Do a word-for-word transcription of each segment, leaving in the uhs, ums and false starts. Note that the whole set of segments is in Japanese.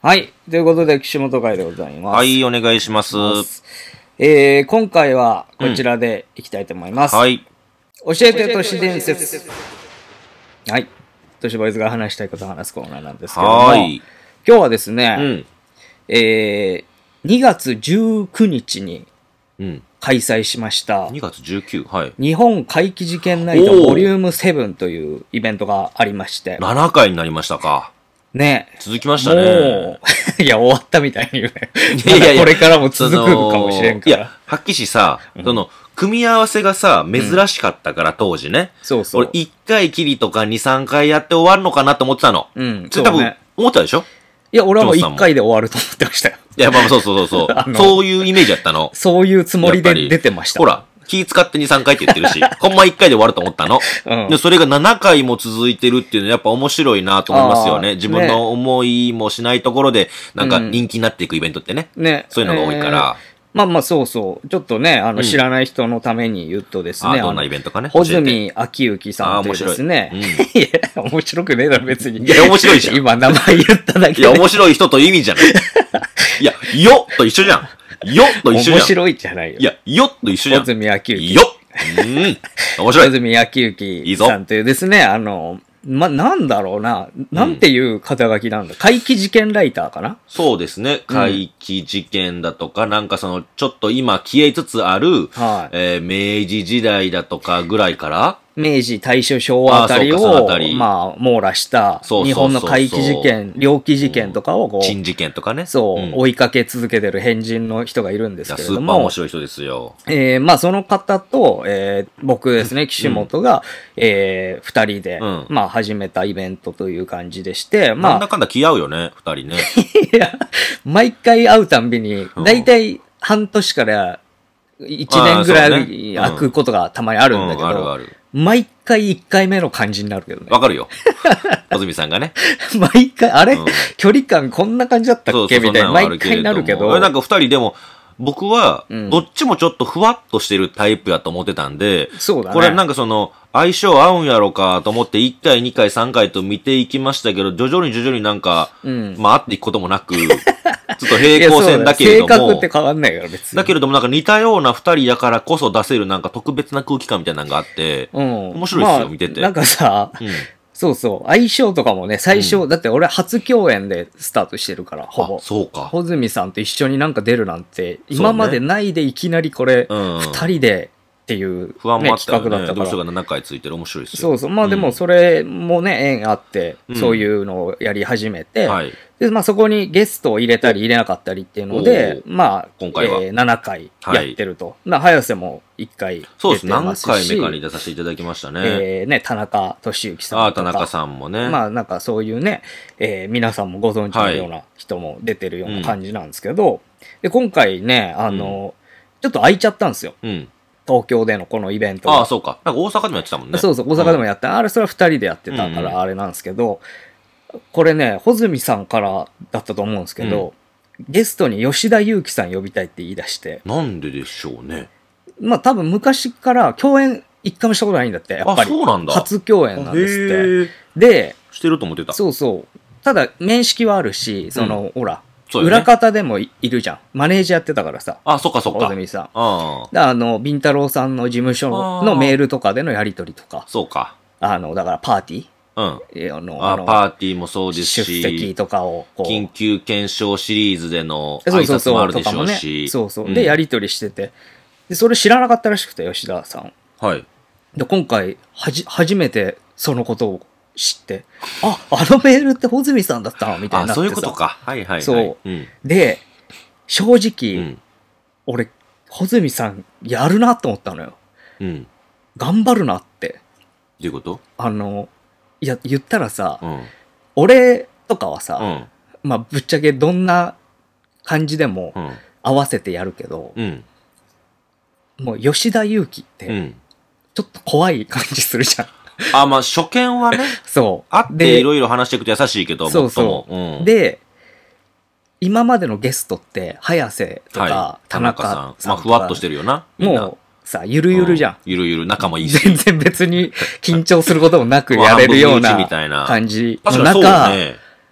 はい。ということで、岸本会でございます。 はい、お願いします。 えー、今回はこちらでいきたいと思います。 うん、はい。 教えて都市伝説。はい。都市ボーイズが話したいことを話すコーナーなんですけども、はい、今日はですね、うん、えー、にがつじゅうくにちに開催しました、 うん、にがつじゅうく、はい、 日本怪奇事件ナイトボリュームセブンというイベントがありまして、 ななかいになりましたか。 ね、 続きましたね。 もういや、終わったみたいに言うね。いやいやいや、これからも続くかもしれんから。 いや、はっきしさ、うん、その、組み合わせがさ、珍しかったから、うん、当時ね。 そうそう。 俺、いっかいきりとかに、さんかいやって終わるのかなって思ってたの。 うん。 それ多分、ね、思ったでしょ？ いや、俺はもういっかいで終わると思ってましたよ。 いや、まあそうそうそうそう。そういうイメージやったの。 そういうつもりで出てました。 ほら。気使ってに、さんかいって言ってるし、ほんまいっかいで終わると思ったの。うん、で、それがななかいも続いてるっていうのはやっぱ面白いなと思いますよね。自分の思いもしないところで、なんか人気になっていくイベントってね。うん、ね。そういうのが多いから。えー、 まあまあそうそう。ちょっとね、あの、うん、知らない人のために言うとですね。 どんなイベントかね。 穂積昭之さんというですね。面白い。うん、いや、面白くねえだろ、別に。 いや、面白いじゃん。 今名前言っただけで。 いや、面白い人と意味じゃない。いや、よと一緒じゃん。よと一緒じゃん。 面白いじゃないよ。 いや、よと一緒じゃん。 穂積昭之。 ようん。面白い。 穂積昭之さんというですね、あの、ま、なんだろうな。なんていう肩書きなんだ。うん、怪奇事件ライターかな？ そうですね。怪奇事件だとか、うん、なんかその、ちょっと今消えつつある、はい、えー、明治時代だとかぐらいから明治、大正、昭和あたりを、まあ、網羅した、日本の怪奇事件、猟奇事件とかをこう、 珍事件とかね。 そう、うん、追いかけ続けてる変人の人がいるんですけれども。 スーパー面白い人ですよ。 えー、まあ、その方と、えー、僕ですね、岸本が、うん、えー、二人で、うん、まあ、始めたイベントという感じでして、まあ。 なんだかんだ気合うよね、二人ね。 いや、毎回会うたんびに、だいたい半年から一年ぐらい空くことがたまにあるんだけど、 あるある。 毎回いっかいめの感じになるけどね。 わかるよ。穂積さんがね。 毎回、あれ、うん、距離感こんな感じだったっけみたいな。毎回なるけど。 なんか二人でも、僕は、どっちもちょっとふわっとしてるタイプやと思ってたんで、 そうだね。 これなんかその、相性合うんやろかと思っていっかい、にかい、さんかいと見ていきましたけど、徐々に徐々になんか、うん、まあ会っていくこともなく、ちょっと平行線だけれども。 性格って変わんないから別に。 だけれどもなんか似たような二人だからこそ出せるなんか特別な空気感みたいなのがあって、うん、面白いですよ、まあ、見てて。 なんかさ、うん、そうそう、相性とかもね、最初、うん、だって俺初共演でスタートしてるから、ほぼ。 そうか。 穂積さんと一緒になんか出るなんて、今までないでいきなりこれ、二、ね、うん、人で、っていう、ね、 不安もあったよね、 企画だったから。 どうしようがななかいついてる面白いですよ。 そうそう。まあでもそれもね、縁あって、そういうのをやり始めて、うん、はい、で、まあそこにゲストを入れたり入れなかったりっていうので、まあ、 今回は、 えー、ななかいやってると。はい、早瀬もいっかい出てますし。 そうです。何回目かに出させていただきましたね。 えー、ね、田中俊之さんとか。 ああ、田中さんもね。 まあなんかそういうね、えー、皆さんもご存知のような人も出てるような感じなんですけど、はい、うん、で、今回ね、あの、うん、ちょっと空いちゃったんですよ。うん、東京でのこのイベントが。 ああ、そうか。なんか大阪でもやってたもんね。 そうそう、大阪でもやって、うん、あれ、それは二人でやってたからあれなんですけど、うんうん、これね、穂積さんからだったと思うんですけど、うん、ゲストに吉田裕樹さん呼びたいって言い出して。 なんででしょうね。 まあ多分昔から共演一回もしたことないんだって、やっぱり。 あ、そうなんだ。 初共演なんですって。で、 してると思ってた。 そうそう。ただ、面識はあるし、その、うん、ほら、ね、裏方でも い, いるじゃん。マネージャーやってたからさ。 あ、そっかそっか。 穂積さん。ああの、ビンタロウさんの事務所のメールとかでのやりとりとか。 そうか。 あの、だからパーティーうん。 あの、 あパーティーもそうですし。 出席とかをこう。 緊急検証シリーズでの挨拶もあるでしょうし。 そうそう。ね、そうそう。で、やりとりしてて。で、それ知らなかったらしくて、吉田さん。 はい。 で、今回、はじ、初めてそのことを知って、あ、あのメールって穂積さんだったのみたいになってさ。 あ、そういうことか。はいはいはい。 そう。うん、で、正直、うん、俺、穂積さんやるなと思ったのよ。うん。頑張るなって。どういうこと？ あの、いや、言ったらさ、うん、俺とかはさ、うん、まあ、ぶっちゃけどんな感じでも合わせてやるけど、うん、もう吉田裕樹って、ちょっと怖い感じするじゃん。 あ、まあ、初見はね。 そう。 会っていろいろ話していくと優しいけど、 そうそう。うん、で、今までのゲストって、早瀬とか、はい、 田中さん。まあ、ふわっとしてるよな。 もう、さ、ゆるゆるじゃん。うん、 ゆるゆる、仲もいいし。 全然別に緊張することもなくやれるような感じの中、ね、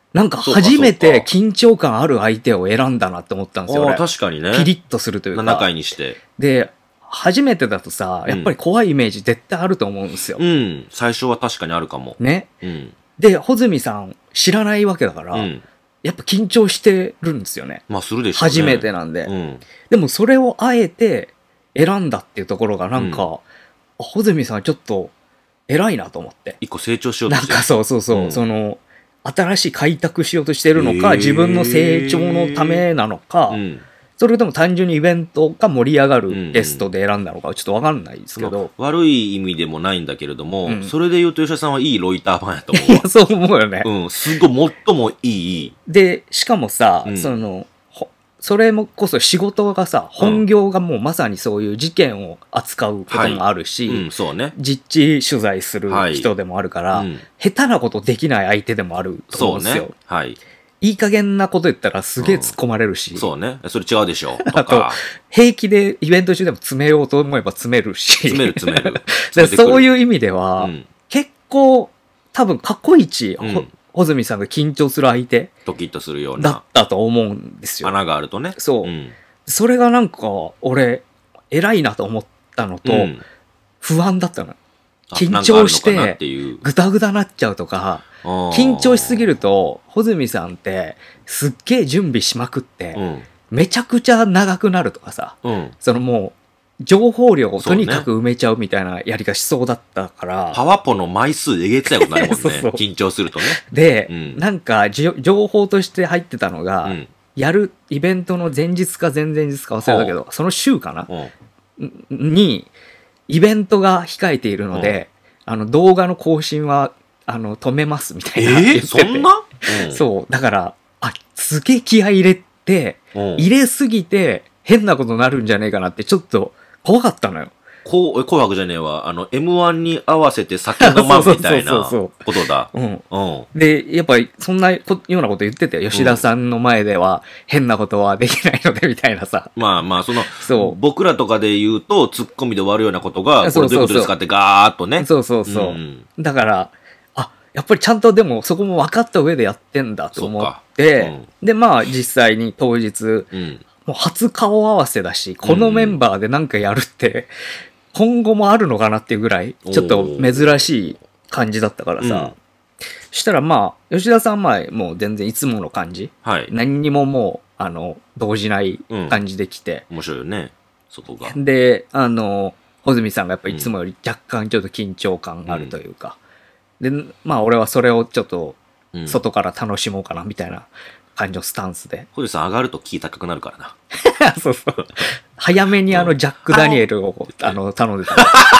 なんか初めて緊張感ある相手を選んだなって思ったんですよね。 確かにね。 ピリッとするというか。 ななかいにして。 で、初めてだとさ、やっぱり怖いイメージ絶対あると思うんですよ。 うん。最初は確かにあるかも。 ね。 うん。 で、穂積さん知らないわけだから、うん、やっぱ緊張してるんですよね。 まあするでしょうね。 初めてなんで。 うん、 でもそれをあえて選んだっていうところがなんか、うん、穂積さんちょっと偉いなと思って。 一個成長しようとしてる。 なんかそうそうそう、うん、その、新しい開拓しようとしてるのか、自分の成長のためなのか、うん、それとも単純にイベントが盛り上がるゲストで選んだのかちょっと分かんないですけど、うんうん、 悪い意味でもないんだけれども、うん、それで言うと吉田さんはいいロイターファンやと思う。 いやそう思うよね。 うん、すごい最もいい。 でしかもさ、うん、そのそれもこそ仕事がさ本業がもうまさにそういう事件を扱うこともあるし、 はいうん、そうね、 実地取材する人でもあるから、はいうん、下手なことできない相手でもあると思うんですよ。 そうね、はい、 いい加減なこと言ったらすげえ突っ込まれるし、 うん、そうね、それ違うでしょとか。 あと平気でイベント中でも詰めようと思えば詰めるし詰める詰める詰めそういう意味では、うん、結構多分過去一、うん穂積さんが緊張する相手ドキッとするようなだったと思うんですよ。 穴があるとね。 そう、うん、それがなんか俺偉いなと思ったのと、うん、不安だったの。緊張してグダグダなっちゃうとか、緊張しすぎると穂積さんってすっげえ準備しまくって、うん、めちゃくちゃ長くなるとかさ、うん、そのもう情報量をとにかく埋めちゃうみたいなやり方しそうだったから、ね、 パワポの枚数えげつないことになるもんねそうそう、緊張するとね。 で、うん、なんか情報として入ってたのが、うん、やるイベントの前日か前々日か忘れたけど、その週かな、にイベントが控えているので、あの動画の更新はあの止めますみたいな言ってて、 えー、そんな、 うん、そうだからあすげえ気合い入れて、入れすぎて変なことになるんじゃねえかなってちょっと怖かったのよ。 こう、紅白じゃねえわ。あの、エムワン に合わせて酒飲まんみたいなことだ。うん。うん。で、やっぱりそんなようなこと言ってたよ。吉田さんの前では変なことはできないのでみたいなさ。まあまあ、その、そう僕らとかで言うと、ツッコミで終わるようなことが、これどういうことですかってガーッとね。 そうそうそう。うん、だから、あ、やっぱりちゃんとでもそこも分かった上でやってんだと思って、うん、で、まあ実際に当日、うんもう初顔合わせだし、このメンバーでなんかやるって、今後もあるのかなっていうぐらい、ちょっと珍しい感じだったからさ。うん、したらまあ、吉田さん前、もう全然いつもの感じ。はい、何にももう、あの、動じない感じで来て。 うん、面白いよね、そこが。 で、あの、穂積さんがやっぱいつもより若干ちょっと緊張感があるというか。うん、で、まあ俺はそれをちょっと、外から楽しもうかなみたいな。感じのスタンスで。 ホジさん上がるとキー高くなるからな。そうそう。早めにあのジャック・ダニエルをあの頼んでた。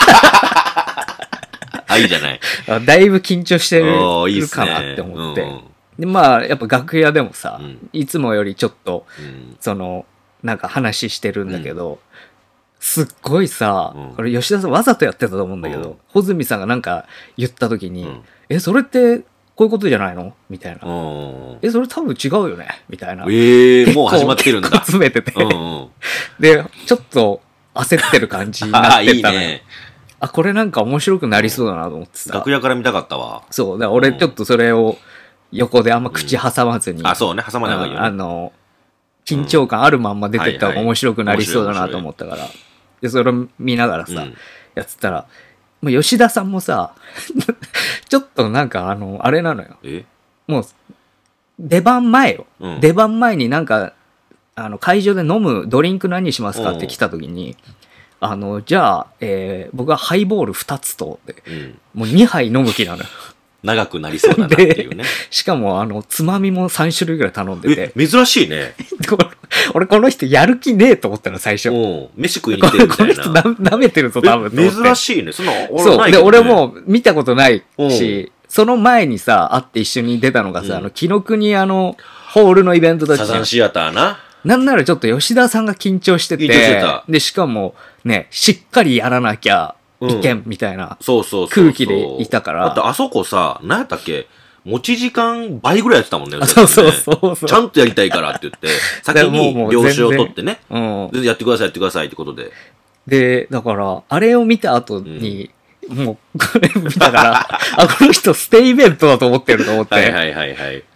あ、いいじゃない。 だいぶ緊張してるかなって思って。いいっすね、うん、でまあやっぱ楽屋でもさ、うん、いつもよりちょっと、うん、そのなんか話してるんだけど、うん、すっごいさ、うん、これ吉田さんわざとやってたと思うんだけど、穂積さんがなんか言った時に、うん、えそれってこういうことじゃないのみたいな。え、それ多分違うよねみたいな。 ええー、もう始まってるんだ。 詰めてて。うんうん、で、ちょっと焦ってる感じになってたのよ。いいね。あ、これなんか面白くなりそうだなと思ってさ。 楽屋から見たかったわ。 そう。だから俺ちょっとそれを横であんま口挟まずに。 うん、あ、そうね。挟まない方がいいよね。 あの、緊張感あるまんま出てった方が面白くなりそうだなと思ったから。で、それを見ながらさ、うん、やってたら、もう吉田さんもさ、ちょっとなんかあの、あれなのよ。 えもう、出番前よ。うん、出番前になんか、あの、会場で飲むドリンク何にしますかって来た時に、あの、じゃあ、えー、僕はハイボールふたつと、うん、もうにはい飲む気なのよ。 長くなりそうだなっていうね。 しかも、あの、つまみもさん種類ぐらい頼んでて。 え、珍しいね。 俺、この人やる気ねえと思ったの、最初。 うん。飯食いに来てるみたいな。 この人な、舐めてるぞ、多分。 珍しいね。そんな、 俺そう。で、俺も見たことないし、その前にさ、会って一緒に出たのがさ、うん、あの、紀ノ国あの、ホールのイベントだった。 サザンシアターな。 なんならちょっと吉田さんが緊張してて、で、しかも、ね、しっかりやらなきゃ、意見みたいな空気でいたから。 だってあそこさ、何やったっけ持ち時間倍ぐらいやってたもんね。 そうそうそうそう。 ちゃんとやりたいからって言って、先に了承を取ってね、うん、やってくださいやってくださいってことで。 で、だから、あれを見た後に、うん、もう、これ見たから、あ、この人ステイベントだと思ってると思って。 はいはいはいはい。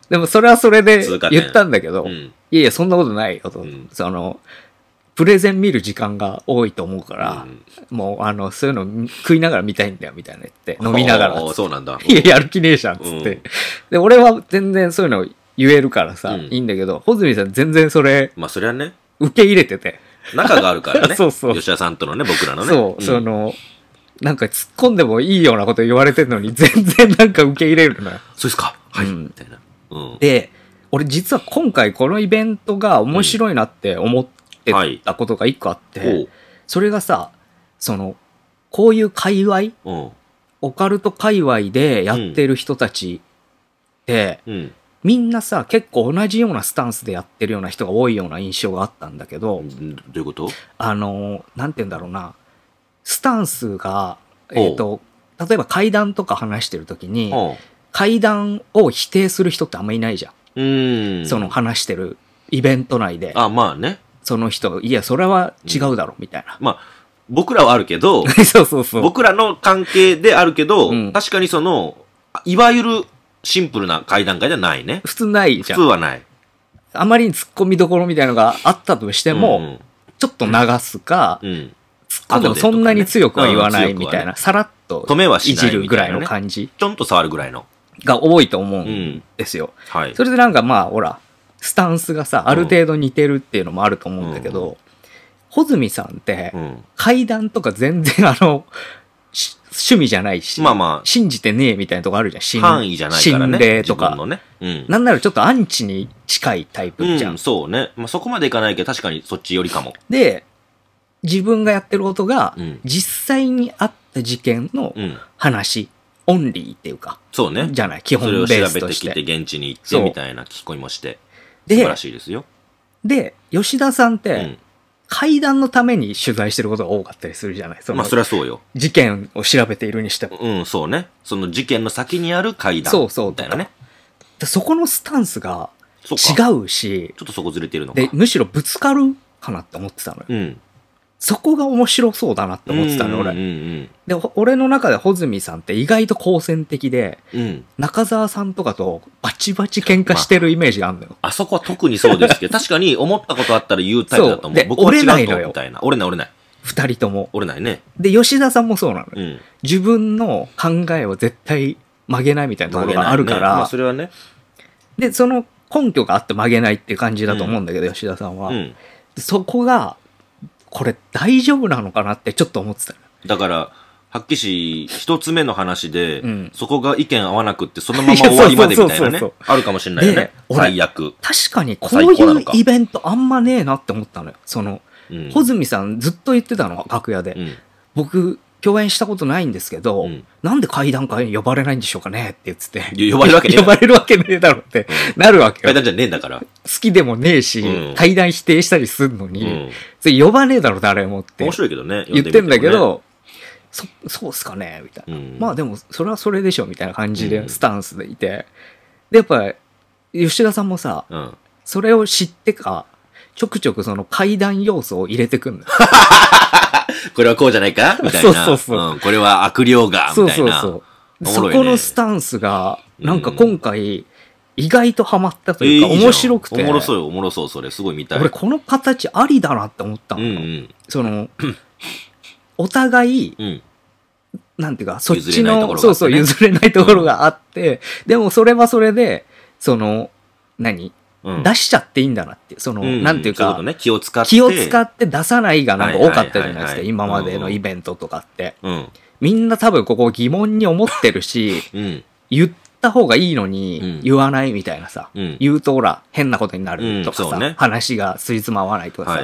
でもそれはそれで言ったんだけど、うん、いやいや、そんなことないよと。うん、その、プレゼン見る時間が多いと思うから、うん、もう、あの、そういうの食いながら見たいんだよ、みたいな言って、飲みながら。 そうなんだ。 いや、やる気ねえじゃん、つって、うん。で、俺は全然そういうの言えるからさ、うん、いいんだけど、穂積さん全然それ、 まあ、それはね、 受け入れてて。 仲があるからね。 そうそう。 吉田さんとのね、僕らのね。 そう、うん、その、なんか突っ込んでもいいようなこと言われてるのに、全然なんか受け入れるのよ。 そうですか。はい。うん、みたいな。 うん、で、俺実は今回このイベントが面白いなって思ってたことが一個あって、うんはい、それがさ、その、こういう界隈、うん、オカルト界隈でやってる人たちって、うん、みんなさ、結構同じようなスタンスでやってるような人が多いような印象があったんだけど、 どういうこと？ あの、なんて言うんだろうな、スタンスが、えっと、例えば怪談とか話してるときに、怪談を否定する人ってあんまいないじゃん。うんその話してるイベント内で。 あ、まあね。 その人、いや、それは違うだろ、みたいな。 まあ、僕らはあるけど、 そうそうそう。 僕らの関係であるけど、うん、確かにその、いわゆるシンプルな怪談会ではないね。 普通ないじゃん。 普通はない。 あまりに突っ込みどころみたいなのがあったとしても、うんうん、ちょっと流すか、うん、突っ込んでもそんなに強くは言わないみたいな、うんね、さらっといじるぐらいの感じ。 ちょんと触るぐらいの。 が多いと思うんですよ、うんはい。それでなんかまあ、ほら、スタンスがさ、ある程度似てるっていうのもあると思うんだけど、うん、穂積さんって、怪談とか全然あの、趣味じゃないし、まあまあ、信じてねえみたいなとこあるじゃん。 範囲じゃないからね。 心霊とか、 ねうん。 なんならちょっとアンチに近いタイプじゃん。 うん、そうね。まあそこまでいかないけど、確かにそっちよりかも。 で、自分がやってることが、うん、実際にあった事件の話、うん、オンリーっていうか。 そうね。 じゃない。基本ベースとして。 それを調べてきて、現地に行ってみたいな聞き込みもして。素晴らしいですよ。 で、吉田さんって、うん怪談のために取材してることが多かったりするじゃない。 そのまあそりゃそうよ。 事件を調べているにしても。 うん、そうね。その事件の先にある怪談みたいなね。 そうそう。そこのスタンスが違うし、 ちょっとそこずれてるのか。 で、むしろぶつかるかなって思ってたのよ。うん。そこが面白そうだなって思ってたの、俺。うんうんうん、で、俺の中で穂積さんって意外と好戦的で、うん、中澤さんとかとバチバチ喧嘩してるイメージがあるのよ。 まあ、あそこは特にそうですけど、確かに思ったことあったら言うタイプだと思う。僕は違うと思うみたいな。折れない折れない。 二人とも。 折れないね。 で、吉田さんもそうなのよ。うん、自分の考えを絶対曲げないみたいなところがあるから、 ねまあ、それはね。 で、その根拠があって曲げないっていう感じだと思うんだけど、うん、吉田さんは。うん、そこが、これ大丈夫なのかなってちょっと思ってた。 だから、はっきし、一つ目の話で、うん、そこが意見合わなくって、そのまま終わりまでみたいなね。あるかもしれないよね。最悪。 確かに、こういうイベントあんまねえなって思ったのよ。その、うん、穂積さんずっと言ってたの、楽屋で。うん、僕、共演したことないんですけど、うん、なんで怪談会に呼ばれないんでしょうかねって言ってて。 呼ばれるわけねえ呼ばれるわけねえだろって、うん、なるわけよ。 怪談じゃねえんだから。好きでもねえし、うん、怪談否定したりすんのに、うん、それ呼ばねえだろ誰もって。 面白いけどね。 言ってんだけど、そ、そうっすかねみたいな、うん。まあでも、それはそれでしょみたいな感じで、スタンスでいて。で、やっぱ、吉田さんもさ、うん、それを知ってか、ちょくちょくその怪談要素を入れてくんだよ。 これはこうじゃないかみたいな。そうそうそう、うん。これは悪霊が、みたいな。そうそうそう。ね、そこのスタンスが、なんか今回、意外とハマったというか、うん、面白くて。 おもろそうよ、おもろそう、それ。すごい見たい。 俺、この形ありだなって思ったの。うんうん、その、お互い、うん、なんていうか、そっちの、ね、そうそう、譲れないところがあって、うん、でもそれはそれで、その、何うん、出しちゃっていいんだなって、その、うん、なんていうか、 そういうね、気を使って。 気を使って出さないがなんか多かったじゃないですか、今までのイベントとかって。うん、みんな多分ここ疑問に思ってるし、うん、言った方がいいのに言わないみたいなさ、うん、言うとほら、変なことになるとかさ、うんね、話がすりつまわないとかさ、はい、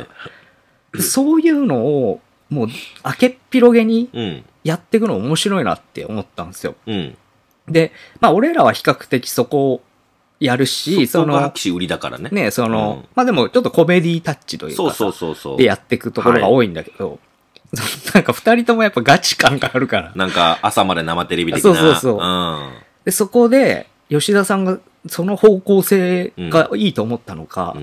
そういうのを、もう、明けっぴろげにやっていくの面白いなって思ったんですよ。うん、で、まあ、俺らは比較的そこを、やるし、 その、拍手売りだからね。 ね、その、うん、まあでもちょっとコメディタッチというかさ、そうそうそうそうでやっていくところが多いんだけど、はい、なんか二人ともやっぱガチ感があるから。 なんか朝まで生テレビ的な。 そうそうそう。うん、で、そこで、吉田さんがその方向性がいいと思ったのか、うん、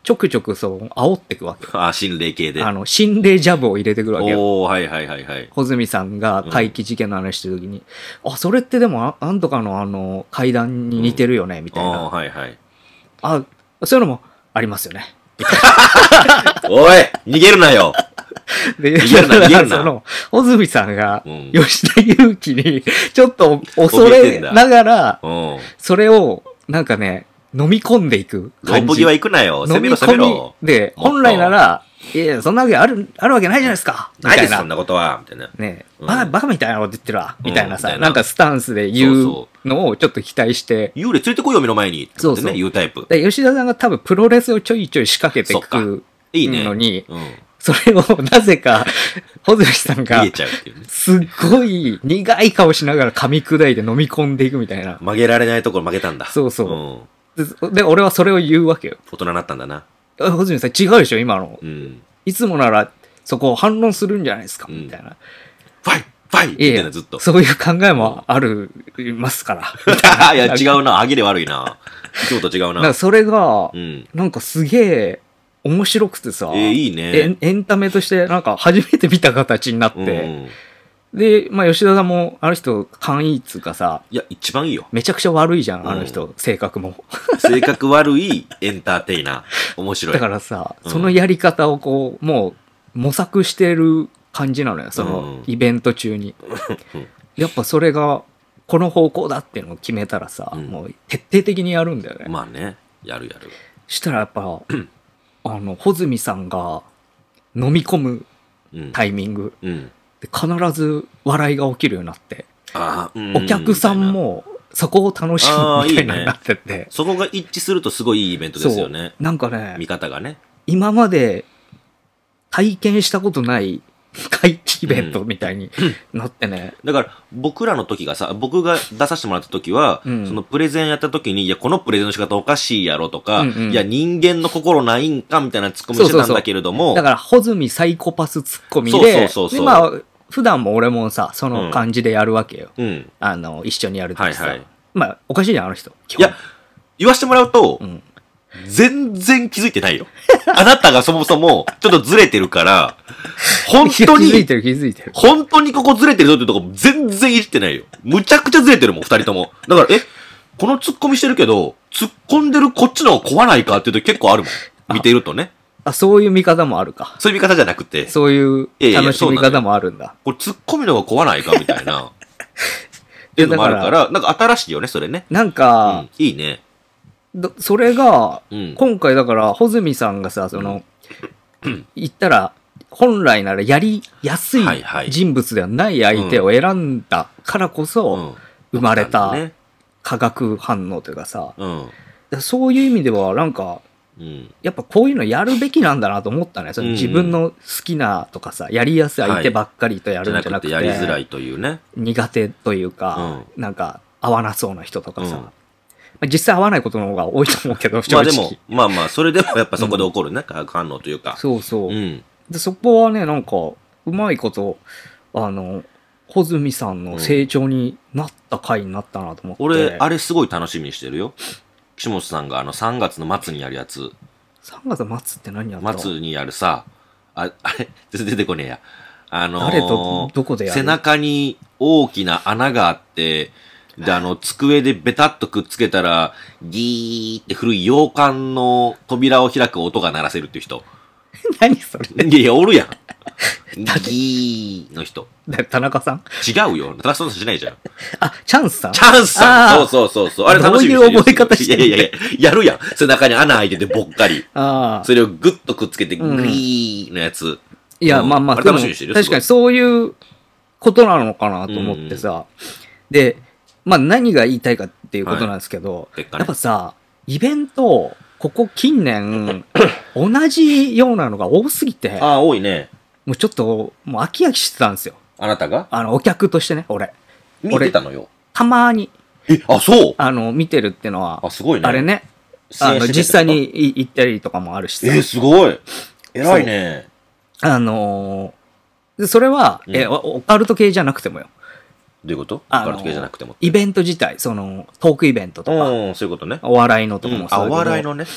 ちょくちょくそう煽ってくわけ。 あ、心霊系で。 あの、心霊ジャブを入れてくるわけよ。 おー、はいはいはいはい。 穂積さんが怪奇事件の話してるときに、うん、あ、それってでも、なんとかのあの、階段に似てるよね、みたいな。 あ、はいはい。 あ、そういうのもありますよね。 おい逃げるなよで、逃げるな、逃げるな。その、穂積さんが、吉田裕樹に、ちょっと恐れながら、それを、なんかね、飲み込んでいく感じ。ロップ際行くなよ。攻めろ攻めろ。 で、本来なら、いや、そんなわけある、あるわけないじゃないですか。 ないです、そんなことは。みたいな。 ねえ、バカ、バカみたいなこと言ってるわ。みたいなさ、なんかスタンスで言うのをちょっと期待して。 幽霊連れてこいよ、目の前に。そうそう。言うタイプ。 吉田さんが多分プロレスをちょいちょい仕掛けていくのに、それをなぜか、穂積さんが、すっごい苦い顔しながら噛み砕いて飲み込んでいくみたいな。 曲げられないところ曲げたんだ。 そうそう。で, で、俺はそれを言うわけよ。 大人になったんだな。 穂積さん違うでしょ、今の。うん、いつもなら、そこを反論するんじゃないですか、うん、みたいな。 ファイファイみたいなずっと。 そういう考えもある、いますから。 いや、違うな。あげで悪いな。いつもと違うな。 だからそれが、うん、なんかすげえ面白くてさ。 えー、いいねエ。エンタメとして、なんか初めて見た形になって。うんで、まあ、吉田さんも、あの人、勘いいっつうかさ。 いや、一番いいよ。 めちゃくちゃ悪いじゃん、あの人、うん、性格も。 性格悪いエンターテイナー。面白い。 だからさ、うん、そのやり方をこう、もう、模索してる感じなのよ、その、イベント中に。うん、やっぱそれが、この方向だっていうのを決めたらさ、うん、もう、徹底的にやるんだよね。 まあね、やるやる。 したらやっぱ、あの、穂積さんが、飲み込むタイミング。うんうん必ず笑いが起きるようになって、あお客さんもそこを楽しむみたいになってて、いいね、 そこが一致するとすごいいいイベントですよね。 なんかね、 見方がね、 今まで体験したことない怪奇イベントみたいになってね、 うん、だから僕らの時がさ、僕が出させてもらった時は、うん、そのプレゼンやった時に、いやこのプレゼンの仕方おかしいやろとか、うんうん、いや人間の心ないんかみたいなツッコミしてたんだけれども、 そうそうそう、だから穂積サイコパスツッコミで、そうそうそうそう、でまあ普段も俺もさその感じでやるわけよ、うん、あの一緒にやるときさ、はいはい、まあおかしいじゃんあの人。 いや言わしてもらうと、うん、全然気づいてないよ。あなたがそもそもちょっとずれてるから、本当に、 気づいてる気づいてる。 本当にここずれてるぞっていうとこ全然いじってないよ。むちゃくちゃずれてるもん、二人とも。だから、え、この突っ込みしてるけど、突っ込んでるこっちの方が怖ないかっていうと結構あるもん。見ているとね。 あ、そういう見方もあるか。 そういう見方じゃなくて。 そういう楽しみ方もあるんだ。いやいやこれ突っ込みの方が怖ないかみたいな。っていうのもあるから、なんか新しいよね、それね。 なんか、 うん、いいね。 それが、うん、今回だから、穂積さんがさ、その、うん、言ったら、本来ならやりやすい人物ではない相手を選んだからこそ、生まれた化学反応というかさ、うん、そういう意味では、なんか、うん、やっぱこういうのやるべきなんだなと思ったね。その自分の好きなとかさ、やりやすい相手ばっかりとやるんじゃなくて、 はい、じゃなくてやりづらいというね。 苦手というか、うん、なんか合わなそうな人とかさ、うん、実際合わないことの方が多いと思うけど、 まあでも、まあまあ、それでもやっぱそこで起こるね、化学反応というか。 そうそう。うん、でそこはね、なんか、うまいこと、あの、穂積さんの成長になった回になったなと思って。 うん、俺、あれすごい楽しみにしてるよ。岸本さんがあのさんがつの末にやるやつ。 さんがつの末って何やったの？ 末にやるさ、あ、あれ全然出てこねえや。あのー、 誰と、どこでやる？ 背中に大きな穴があって、で、あの、机でベタッとくっつけたら、ギーって古い洋館の扉を開く音が鳴らせるっていう人。 何それ？ いやいや、おるやん。ギーの人。 田中さん？ 違うよ。田中さんしないじゃん。 あ、チャンスさん？ チャンスさん。そうそうそうそう。あれ楽しみにしてる。 どういう覚え方してる？ いやいやいや、やるやん。背中に穴開いててぼっかり。ああ。それをグッとくっつけて、グリーのやつ。うん、 いや、まあまあ、あれ楽しみにしてる。確かにそういうことなのかなと思ってさ。うん、で、まあ何が言いたいかっていうことなんですけど、はい、やっぱさ、イベント、ここ近年、同じようなのが多すぎて。 ああ、多いね。 もうちょっと、もう飽き飽きしてたんですよ。 あなたが？ あの、お客としてね、俺。 見てたのよ。 たまに。 え、あ、そう？ あの、見てるってのは。 あ、すごいね。 あれね。あの、実際に行ったりとかもあるしさ。 え、すごい。偉いね。 あのー、それは、うん、え、オカルト系じゃなくてもよ。 どういうこと？オカルト系じゃなくても。 イベント自体、その、トークイベントとか。 うん、そういうことね。 お笑いのとかもそう、うん。あ、お笑いのね。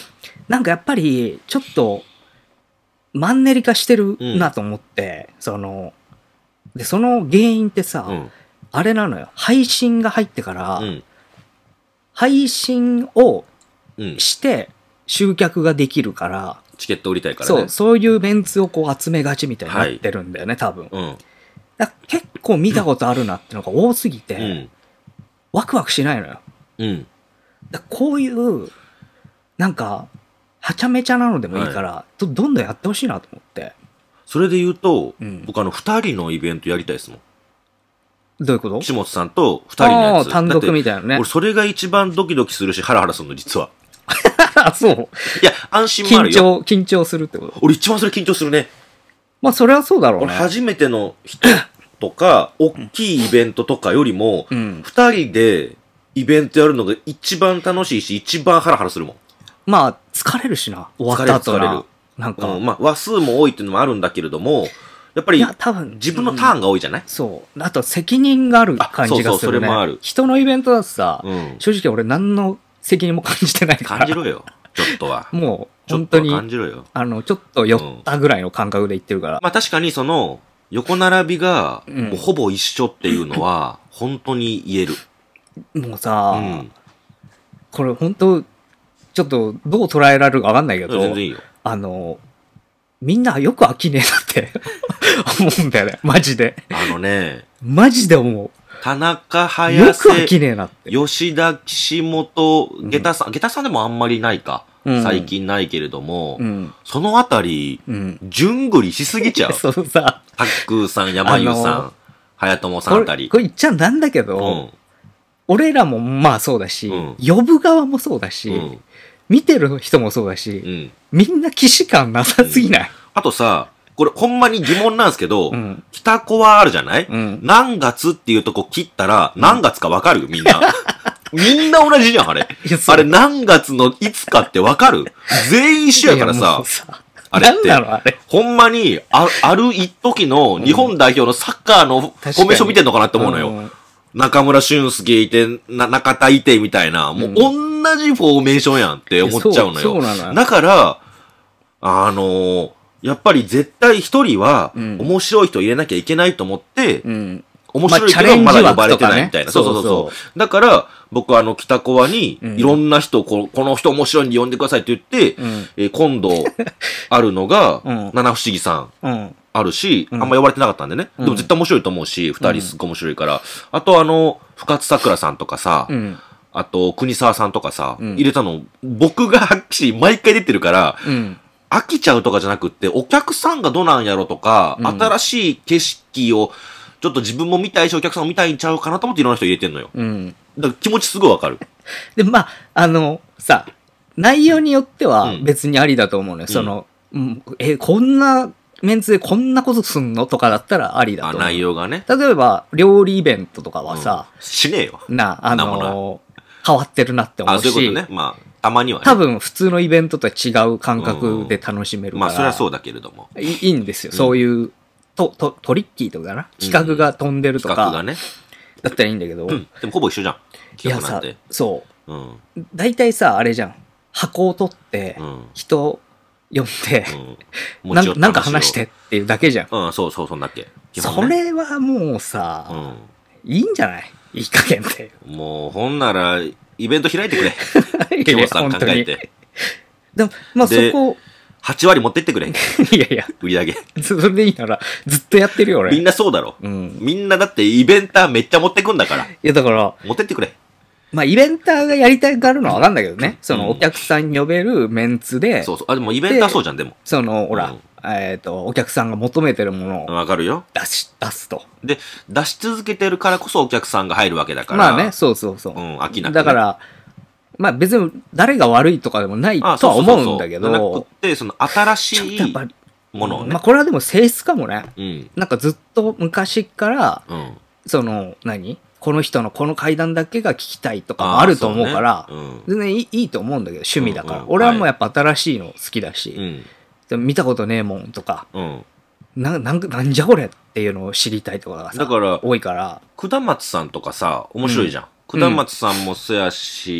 なんかやっぱりちょっとマンネリ化してるなと思って、うん、そのでその原因ってさ、うん、あれなのよ、配信が入ってから、うん、配信をして集客ができるから、 チケット売りたいからね。 そう、そういうメンツをこう集めがちみたいになってるんだよね、はい、多分。うん、だ結構見たことあるなってのが多すぎて、うん、ワクワクしないのよ。うん、だこういうなんかはちゃめちゃなのでもいいから、はい、ど, どんどんやってほしいなと思って。 それで言うと、うん、僕あのふたりのイベントやりたいですもん。 どういうこと？ 岸本さんとふたりのやつ。 単独みたいなね。 俺それが一番ドキドキするしハラハラするの実は。 そう。 いや安心もあるよ。 緊張緊張するってこと？ 俺一番それ緊張するね。 まあそれはそうだろうね。 俺初めての人とか大きいイベントとかよりも、うん、ふたりでイベントやるのが一番楽しいし一番ハラハラするもん。 まあ疲れるしな、終わった後な。疲れる疲れる。なんか、 うん、まあ話数も多いっていうのもあるんだけれども、やっぱり自分のターンが多いじゃない？うん、 そう。あと責任がある感じがするね。そうそう、それもある。人のイベントだとさ、うん、正直俺何の責任も感じてないから。 感じろよ、ちょっとは。 もう本当に感じろよ。 あのちょっと酔ったぐらいの感覚で言ってるから。うん、 まあ確かにその横並びがもうほぼ一緒っていうのは本当に言える。 もうさ、うん、これ本当ちょっとどう捉えられるか分かんないけど、 全然いいよ。 あのみんなよく飽きねえなって思うんだよね、マジで。 あのね、 マジで思う。 田中隼よく飽きねえなって。 吉田、岸本、下駄さん、うん、下駄さんでもあんまりないか、うん、最近ないけれども、うん、そのあたり、うん、順繰りしすぎちゃう。 そうさ、 タックーさん、山優さん、隼友さんあたり。 これ言っちゃなんだけど、うん、俺らもまあそうだし、うん、呼ぶ側もそうだし、うん、見てる人もそうだし、うん、みんな既視感なさすぎない？うん、 あとさ、これほんまに疑問なんですけど、うん、北子はあるじゃない、うん、何月っていうとこ切ったら何月かわかるみんな。みんな同じじゃん、あれ。あれ何月のいつかってわかる？全員一緒やからさ。あれって、あれほんまにあ、ある一時の日本代表のサッカーのフォーメーション見てんのかなって思うのよ。うん、中村俊輔いて、な中田いてみたいな、もう同じフォーメーションやんって思っちゃうのよ。うん、そう、そうなのよ。だから、あのー、やっぱり絶対一人は面白い人入れなきゃいけないと思って、うん、面白いけどまだ呼ばれてないみたいな。ね、そうそうそうそう。だから、僕はあの、北コアに、いろんな人をこ、この人面白いんで呼んでくださいって言って、うん、えー、今度、あるのが、うん、七不思議さん、うん、あるし、うん、あんま呼ばれてなかったんでね。うん、でも絶対面白いと思うし、二人すっごい面白いから。あとあの、深津さくらさんとかさ、うん、あと、国沢さんとかさ、うん、入れたの、僕がはっきり毎回出てるから、うん、飽きちゃうとかじゃなくって、お客さんがどなんやろとか、うん、新しい景色を、ちょっと自分も見たいし、お客さんも見たいんちゃうかなと思っていろんな人入れてんのよ。うん。だから気持ちすごいわかる。 で、まあ、あの、さ、内容によっては別にありだと思うのよ。うん、その、うん、え、こんなメンツでこんなことすんのとかだったらありだと思う。 あ、内容がね。 例えば、料理イベントとかはさ、 うん、しねえよ。 な、あのー、変わってるなって思うし。 あ、そういうことね。まあ、たまにはね。 多分、普通のイベントとは違う感覚で楽しめるから。 うん、まあ、それはそうだけれども。 いいいんですよ。うん、そういう、と、と、トリッキーとかな、企画が飛んでるとか、うん、企画がね、だったらいいんだけど、うん、 でもほぼ一緒じゃん。 いやさ、そう、うん、大体さあれじゃん、箱を取って人呼んで、うん、な, なんか話してっていうだけじゃん。 うん、そうそうそんだっけ。 それはもうさ、うん、いいんじゃない？いい加減って。 もうほんならイベント開いてくれ。木本さん考えて。 でもまあそこ。 はち割持ってってくれ。 いやいや。 売り上げ。 それでいいなら、ずっとやってるよ、俺。 みんなそうだろ。うん。みんなだってイベンターめっちゃ持ってくんだから。いや、だから。 持ってってくれ。 まあ、イベンターがやりたがるのはわかんないけどね。その、お客さん呼べるメンツで。 そうそう。あ、でもイベンターそうじゃん、でも。 その、ほら、えっと、お客さんが求めてるものを。 わかるよ。 出し、出すと。 で、出し続けてるからこそお客さんが入るわけだから。 まあね、そうそうそう。うん、飽きなく。 だから、まあ別に誰が悪いとかでもないとは思うんだけど。 なくて、その新しいものをね。 まあこれはでも性質かもね。うん、なんかずっと昔から、うん、その何この人のこの階段だけが聞きたいとかもあると思うから、ね、うん、全然いい、いいと思うんだけど、趣味だから。うんうん、俺はもうやっぱ新しいの好きだし、はい、でも見たことねえもんとか、うん、な, なんなんじゃこれっていうのを知りたいとかがさ、だから多いから。 下松さんとかさ、面白いじゃん。うん、下松さんもそうやし、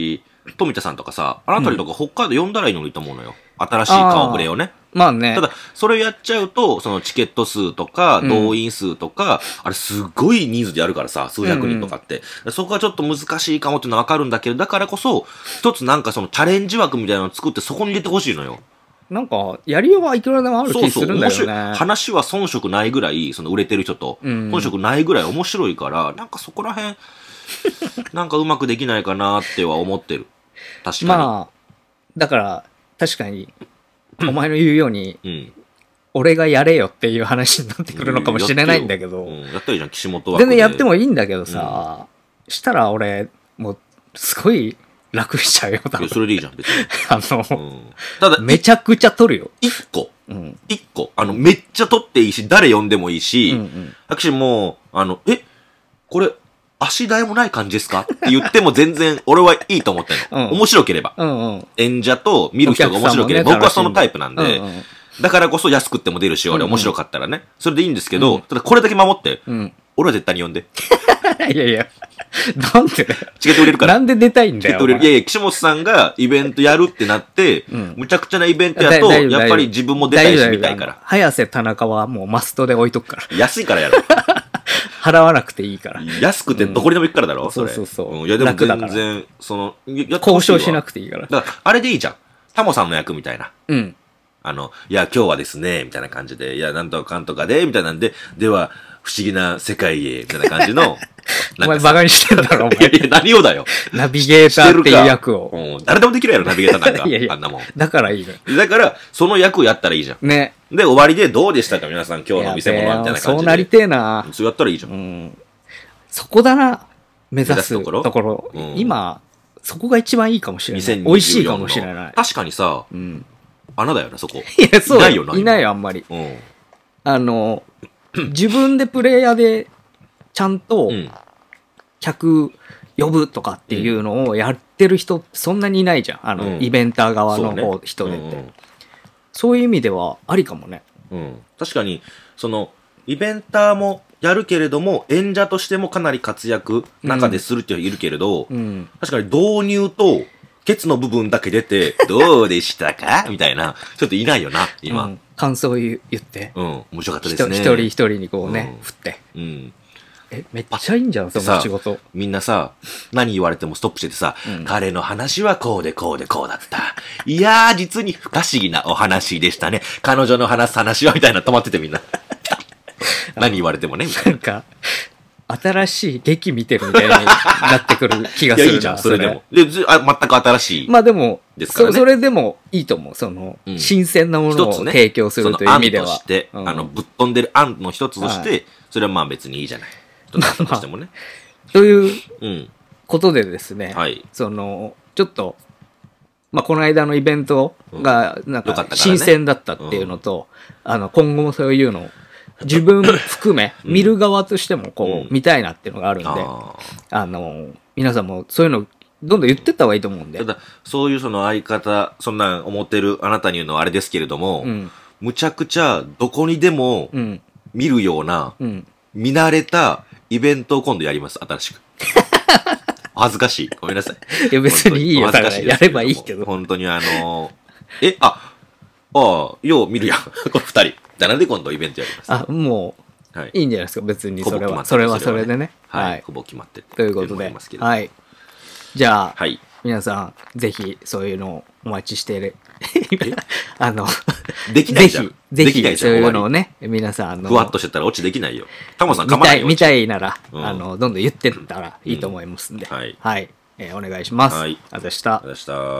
富田さんとかさ、あなたりとか北海道呼んだらいいのにと思うのよ。新しい顔ぶれをね。 まあね。 ただ、それやっちゃうと、そのチケット数とか、動員数とか、うん、あれすごい人数でやるからさ、数百人とかって。うん、そこはちょっと難しいかもっていうのはわかるんだけど、だからこそ、一つなんかそのチャレンジ枠みたいなのを作ってそこに入れてほしいのよ。 なんか、やりようはいくらでもある気するんだよね。そうそう、面白い。 話は遜色ないぐらい、その売れてる人と、うん、遜色ないぐらい面白いから、なんかそこら辺、なんかうまくできないかなっては思ってる。確かに。まあ、 だから、確かに、お前の言うように、うん、俺がやれよっていう話になってくるのかもしれないんだけど。 うん、やったらいいじゃん、岸本は。 全然やってもいいんだけどさ、うん、したら俺、もう、すごい楽しちゃうよ。 いや、それでいいじゃん、別に。 あの、うん、ただ、めちゃくちゃ撮るよ。 一個。うん、一個。あの、めっちゃ撮っていいし、誰呼んでもいいし、うんうん、私もう、あの、え、これ、足台もない感じですかって言っても全然俺はいいと思ってるの。うん、面白ければ、うんうん。演者と見る人が面白ければ、ね、僕はそのタイプなんで、うんうん、だからこそ安くっても出るし、俺面白かったらね。うんうん、それでいいんですけど、うん、ただこれだけ守って、うん、俺は絶対に呼んで。 いやいや、なんでチケット売れるから。 なんで出たいんだよ。チケット売れる。 いやいや、岸本さんがイベントやるってなって、うん、むちゃくちゃなイベントやと、やっぱり自分も出たいし見たいから。 早瀬田中はもうマストで置いとくから。 安いからやろ。 払わなくていいから。 安くてどこにでも行くからだろ、うん、それ。 そうそうそう。 うん、いやでも全然、その、 交渉しなくていいから。 だから、あれでいいじゃん。タモさんの役みたいな。うん。あの、いや、今日はですね、みたいな感じで、いや、なんとかかんとかで、みたいなんで、では、不思議な世界へ、みたいな感じの。 お前バカにしてんだろ、お前。 いやいや、何をだよ。 ナビゲーターっていう役を。 うん、誰でもできるやろ、ナビゲーターなんか。いやいやあんなもん。 だからいいの。だから、その役をやったらいいじゃん。ね。で、終わりで、どうでしたか、皆さん、今日の見せ物は、みたいな感じで。 そうなりてえな。 そうやったらいいじゃん。うん。 そこだな、目指すところ。ところうん、今、そこが一番いいかもしれない。美味しいかもしれない。 確かにさ、うん、穴だよな、そこ。 いや、そういないよな。いないよ、あんまり。うん、あの、自分でプレイヤーで、ちゃんと、客呼ぶとかっていうのをやってる人、そんなにいないじゃん。あの、うん、イベンター側の方、ね、人でって、うんうん。そういう意味では、ありかもね。 うん。確かに、その、イベンターも、やるけれども、演者としてもかなり活躍、中でするっていう人いるけれど、うん、確かに導入と、ケツの部分だけ出て、どうでしたかみたいな、ちょっといないよな、今。うん、 感想を言って。 うん、面白かったですね。 一人一人にこうね、うん、振って。うん。え、めっちゃいいんじゃん、その仕事。 みんなさ、何言われてもストップしててさ、うん、彼の話はこうでこうでこうだった。いやー、実に不可思議なお話でしたね。彼女の話す話は、みたいな止まっててみんな。何言われてもねみたいな。 なんか、新しい劇見てるみたいになってくる気がするな。いや、いいじゃん、 それでも。で、あ、全く新しい。 まあでも、ですからね。そ、それでもいいと思う。その、うん、新鮮なものを提供するという意味では。 案として、うん、あの、ぶっ飛んでる案の一つとして、はい、それはまあ別にいいじゃない。としてもね。 ということでですね、はい、その、ちょっと、まあ、この間のイベントが、なんか、新鮮だったっていうのと、うん、あの、今後もそういうのを、自分含め、見る側としても、こう、見たいなっていうのがあるんで、あの、皆さんもそういうの、どんどん言ってった方がいいと思うんで。 ただ、そういうその相方、そんなん思ってるあなたに言うのはあれですけれども、うん、むちゃくちゃどこにでも見るような、うん、見慣れたイベントを今度やります、新しく。恥ずかしい。ごめんなさい。 いや、別にいいよ。だからやればいいけど。 本当にあのー、え、あ、ああ、よう見るやん。この二人。なんで今度イベントやります。 あ、もう、はい、いいんじゃないですか、別にそれは。それはそれでね。 はい。ほぼ決まってる。 ということで。はい。じゃあ、はい、皆さん、ぜひ、そういうのをお待ちしている。あの、 できないじゃん。 ぜひ、ぜひ、そういうのをね、皆さん、あの、 ふわっとしてたらオチできないよ。タモさん、かまないよ。 見たいなら、あの、どんどん言ってったらいいと思いますんで。はい。はい。え、お願いします。はい。あざした。 あざした。